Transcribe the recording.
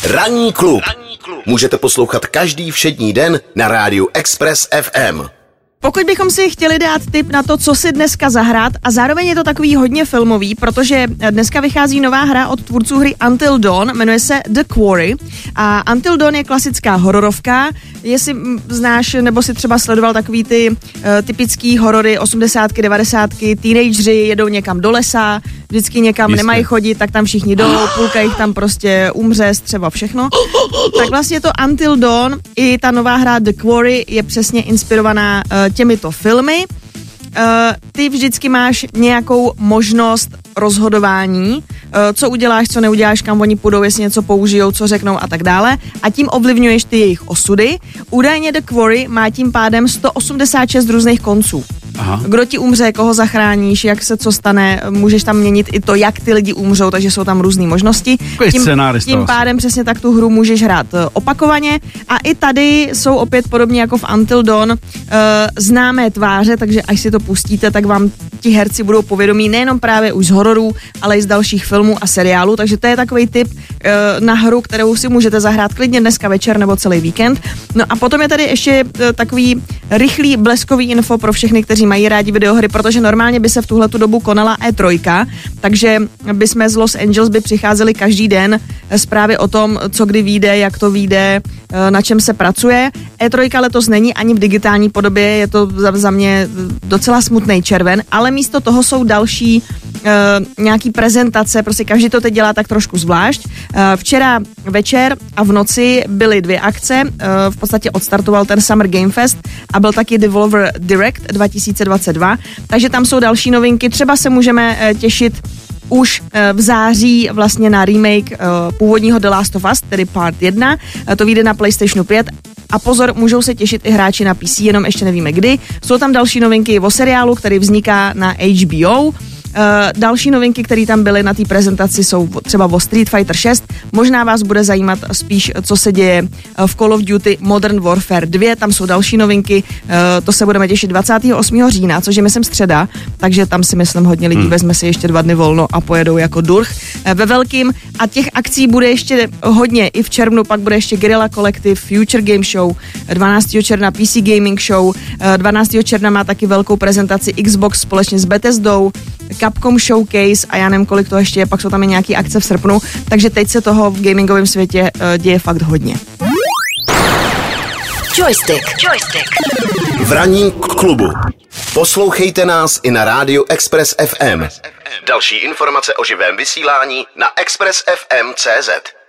Ranní klub můžete poslouchat každý všední den na rádiu Express FM. Pokud bychom si chtěli dát tip na to, co si dneska zahrát, a zároveň je to takový hodně filmový, protože dneska vychází nová hra od tvůrců hry Until Dawn, jmenuje se The Quarry. A Until Dawn je klasická hororovka, jestli znáš nebo si třeba sledoval takový ty typický horory 80, 90, teenageři jedou někam do lesa, vždycky někam nemají chodit, tak tam všichni jdou, půlka jich tam prostě umře, třeba všechno. Tak vlastně to Until Dawn i ta nová hra The Quarry je přesně inspirovaná těmito filmy. Ty vždycky máš nějakou možnost rozhodování, co uděláš, co neuděláš, kam oni půjdou, jestli něco použijou, co řeknou a tak dále. A tím ovlivňuješ ty jejich osudy. Údajně The Quarry má tím pádem 186 různých konců. Aha. Kdo ti umře, koho zachráníš, jak se co stane, můžeš tam měnit i to, jak ty lidi umřou, takže jsou tam různé možnosti. Tím pádem přesně tak tu hru můžeš hrát opakovaně. A i tady jsou opět podobně jako v Until Dawn známé tváře, takže až si to pustíte, tak vám ti herci budou povědomí nejenom právě už z hororů, ale i z dalších filmů a seriálů, takže to je takový tip na hru, kterou si můžete zahrát klidně dneska večer nebo celý víkend. No a potom je tady ještě takový rychlý bleskový info pro všechny, kteří mají rádi videohry, protože normálně by se v tuhletu dobu konala E3, takže bychom z Los Angeles by přicházeli každý den zprávy o tom, co kdy vyjde, jak to vyjde, na čem se pracuje. E3 letos není ani v digitální podobě, je to za mě docela smutný červen, ale místo toho jsou další nějaký prezentace, prostě každý to teď dělá tak trošku zvlášť. Včera večer a v noci byly 2 akce, v podstatě odstartoval ten Summer Game Fest a byl taky Devolver Direct 2022, takže tam jsou další novinky, třeba se můžeme těšit už v září vlastně na remake původního The Last of Us, tedy Part 1, to vyjde na PlayStationu 5 a pozor, můžou se těšit i hráči na PC, jenom ještě nevíme kdy. Jsou tam další novinky o seriálu, který vzniká na HBO. Další novinky, které tam byly na té prezentaci, jsou třeba o Street Fighter 6. Možná vás bude zajímat spíš, co se děje v Call of Duty Modern Warfare 2. Tam jsou další novinky, to se budeme těšit 28. října, což je myslím středa, takže tam si myslím hodně lidí vezme si ještě 2 dny volno a pojedou jako durch ve velkým. A těch akcí bude ještě hodně i v červnu, pak bude ještě Guerrilla Collective, Future Game Show, 12. června PC Gaming Show, 12. června má taky velkou prezentaci Xbox společně s Bethesdou, Capcom Showcase a já nevím, kolik to ještě je, pak jsou tam i nějaký akce v srpnu, takže teď se toho v gamingovém světě děje fakt hodně. Joystick. V ranním klubu. Poslouchejte nás i na rádiu Express FM. Další informace o živém vysílání na expressfm.cz.